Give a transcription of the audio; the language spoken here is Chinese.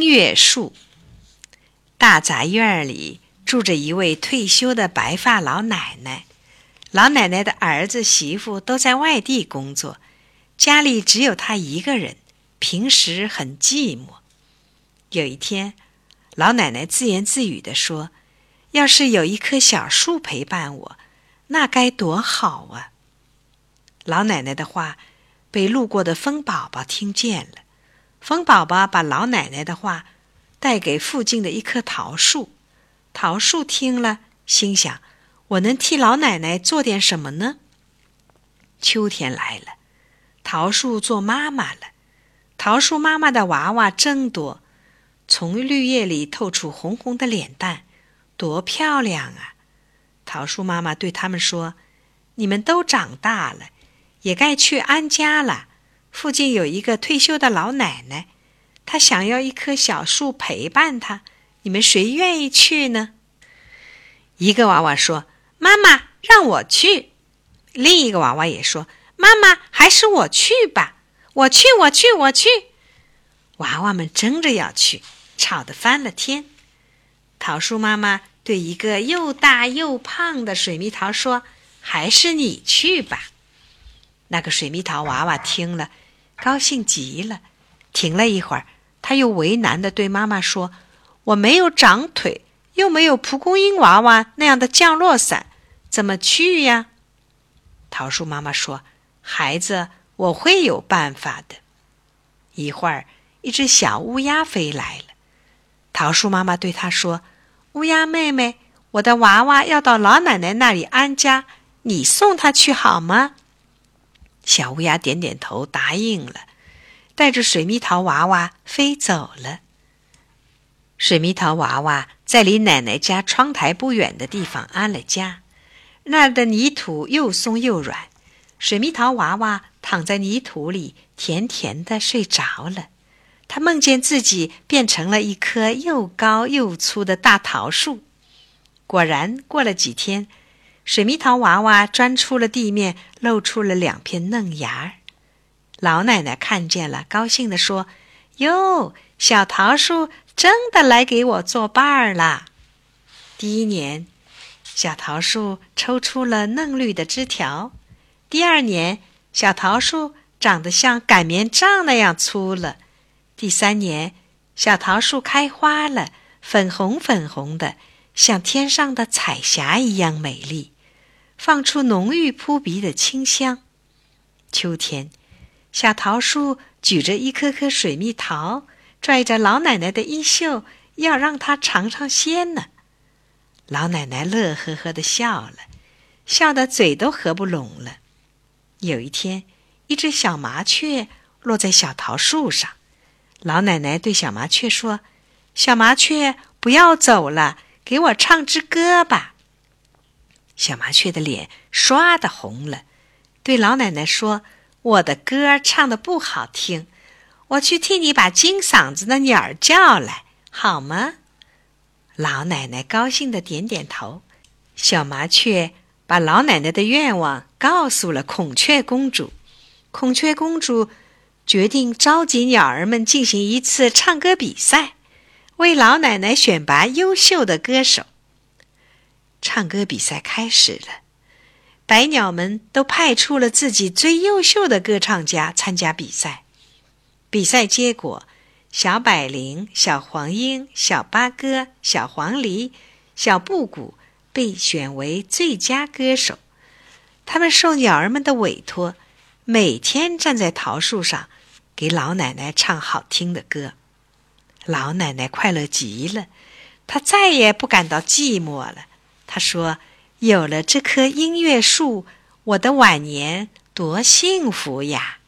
乐树。大杂院里住着一位退休的白发老奶奶，老奶奶的儿子媳妇都在外地工作，家里只有她一个人，平时很寂寞。有一天，老奶奶自言自语地说，要是有一棵小树陪伴我，那该多好啊。老奶奶的话被路过的风宝宝听见了，风宝宝把老奶奶的话带给附近的一棵桃树，桃树听了，心想，我能替老奶奶做点什么呢？秋天来了，桃树做妈妈了，桃树妈妈的娃娃真多，从绿叶里透出红红的脸蛋，多漂亮啊！桃树妈妈对他们说，你们都长大了，也该去安家了。附近有一个退休的老奶奶，她想要一棵小树陪伴她，你们谁愿意去呢？一个娃娃说，妈妈，让我去。另一个娃娃也说，妈妈，还是我去吧，我去。娃娃们争着要去，吵得翻了天。桃树妈妈对一个又大又胖的水蜜桃说，还是你去吧。那个水蜜桃娃娃听了，高兴极了，停了一会儿，他又为难地对妈妈说，我没有长腿，又没有蒲公英娃娃那样的降落伞，怎么去呀？桃树妈妈说，孩子，我会有办法的。一会儿，一只小乌鸦飞来了，桃树妈妈对它说，乌鸦妹妹，我的娃娃要到老奶奶那里安家，你送它去好吗？小乌鸦点点头答应了，带着水蜜桃娃娃飞走了。水蜜桃娃娃在离奶奶家窗台不远的地方安了家，那儿的泥土又松又软，水蜜桃娃娃躺在泥土里甜甜地睡着了。他梦见自己变成了一棵又高又粗的大桃树。果然，过了几天，水蜜桃娃娃钻出了地面，露出了2片嫩芽。老奶奶看见了，高兴地说，哟，小桃树真的来给我作伴了。第1年，小桃树抽出了嫩绿的枝条。第2年，小桃树长得像擀面杖那样粗了。第3年，小桃树开花了，粉红粉红的，像天上的彩霞一样美丽，放出浓郁扑鼻的清香。秋天，小桃树举着一颗颗水蜜桃，拽着老奶奶的衣袖，要让她尝尝鲜呢。老奶奶乐呵呵地笑了，笑得嘴都合不拢了。有一天，一只小麻雀落在小桃树上，老奶奶对小麻雀说，小麻雀，不要走了，给我唱支歌吧。小麻雀的脸唰地红了，对老奶奶说，我的歌唱得不好听，我去替你把金嗓子的鸟儿叫来，好吗？老奶奶高兴地点点头。小麻雀把老奶奶的愿望告诉了孔雀公主。孔雀公主决定召集鸟儿们进行一次唱歌比赛，为老奶奶选拔优秀的歌手。唱歌比赛开始了，百鸟们都派出了自己最优秀的歌唱家参加比赛。比赛结果，小百灵、小黄莺、小八哥、小黄鹂、小布谷被选为最佳歌手。他们受鸟儿们的委托，每天站在桃树上给老奶奶唱好听的歌。老奶奶快乐极了，她再也不感到寂寞了。她说，有了这棵音乐树，我的晚年多幸福呀。